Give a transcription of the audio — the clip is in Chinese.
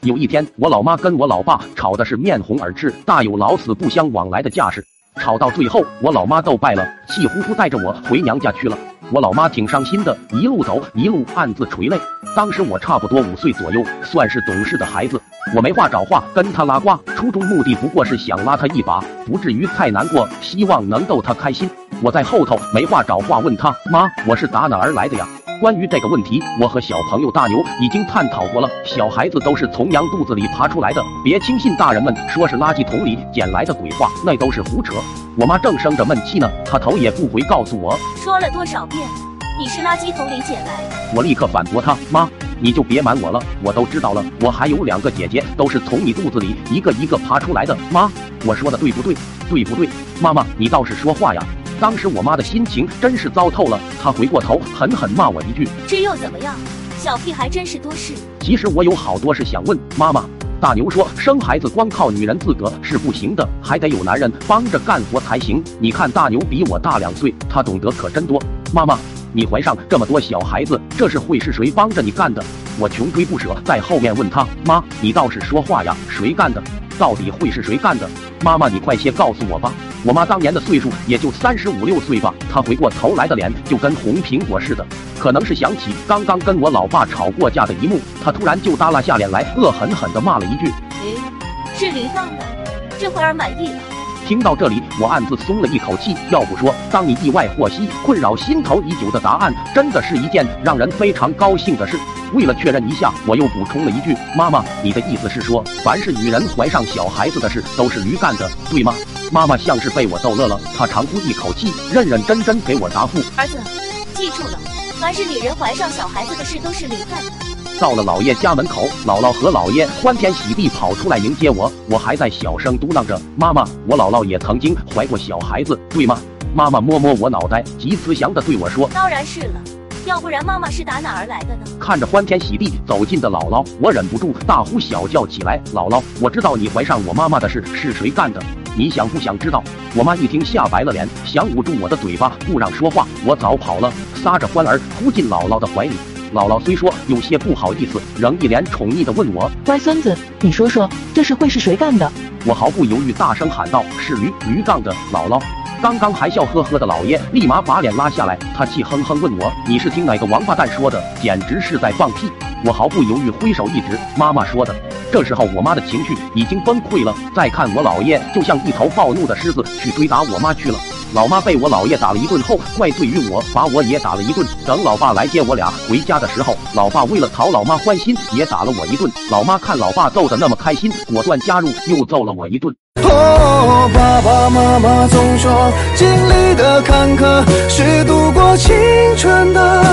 有一天，我老妈跟我老爸吵的是面红耳赤，大有老死不相往来的架势。吵到最后，我老妈斗败了，气呼呼带着我回娘家去了。我老妈挺伤心的，一路走一路暗自垂泪。当时我差不多5岁左右，算是懂事的孩子。我没话找话跟她拉呱，初衷目的不过是想拉她一把，不至于太难过，希望能逗她开心。我在后头没话找话问她：妈，我是打哪儿来的呀？关于这个问题，我和小朋友大牛已经探讨过了。小孩子都是从娘肚子里爬出来的，别轻信大人们说是垃圾桶里捡来的鬼话，那都是胡扯。我妈正生着闷气呢，她头也不回告诉我， 说了多少遍，你是垃圾桶里捡来的。 我立刻反驳她，妈，你就别瞒我了，我都知道了，我还有2个姐姐，都是从你肚子里一个一个爬出来的。妈，我说的对不对？对不对？妈妈，你倒是说话呀！当时我妈的心情真是糟透了，她回过头狠狠骂我一句： 这又怎么样？小屁孩真是多事。 其实我有好多事想问妈妈。大牛说，生孩子光靠女人自个是不行的，还得有男人帮着干活才行。你看大牛比我大2岁，他懂得可真多。妈妈，你怀上这么多小孩子，这事会是谁帮着你干的？我穷追不舍，在后面问他，妈，你倒是说话呀，谁干的？到底会是谁干的？妈妈，你快些告诉我吧。我妈当年的岁数也就35、6岁吧，她回过头来的脸就跟红苹果似的，可能是想起刚刚跟我老爸吵过架的一幕，她突然就耷拉下脸来，恶狠狠地骂了一句： 是驴放的，这会儿满意了。 听到这里，我暗自松了一口气。要不说，当你意外获悉困扰心头已久的答案，真的是一件让人非常高兴的事。为了确认一下，我又补充了一句：妈妈，你的意思是说，凡是女人怀上小孩子的事，都是驴干的，对吗？妈妈像是被我逗乐了，她长呼一口气，认认真真给我答复： 儿子，记住了，凡是女人怀上小孩子的事，都是驴干的。 到了姥爷家门口，姥姥和姥爷欢天喜地跑出来迎接我，我还在小声嘟囔着：妈妈，我姥姥也曾经怀过小孩子，对吗？妈妈摸摸我脑袋，极慈祥地对我说： 当然是了，要不然妈妈是打哪儿来的呢？ 看着欢天喜地走近的姥姥，我忍不住大呼小叫起来：姥姥，我知道你怀上我妈妈的事是谁干的，你想不想知道？我妈一听吓白了脸，想捂住我的嘴巴不让说话，我早跑了，撒着欢儿扑进姥姥的怀里。姥姥虽说有些不好意思，仍一脸宠溺地问我： 乖孙子，你说说，这事会是谁干的？ 我毫不犹豫大声喊道：是驴干的，姥姥。刚刚还笑呵呵的姥爷立马把脸拉下来，他气哼哼问我：你是听哪个王八蛋说的？简直是在放屁！我毫不犹豫挥手一指：妈妈说的。这时候我妈的情绪已经崩溃了，再看我姥爷就像一头暴怒的狮子去追打我妈去了。老妈被我姥爷打了一顿后，怪罪于我，把我也打了一顿。等老爸来接我俩回家的时候，老爸为了讨老妈欢心，也打了我一顿。老妈看老爸揍得那么开心，果断加入，又揍了我一顿。 哦，爸爸妈妈总说，经历的坎坷是度过青春的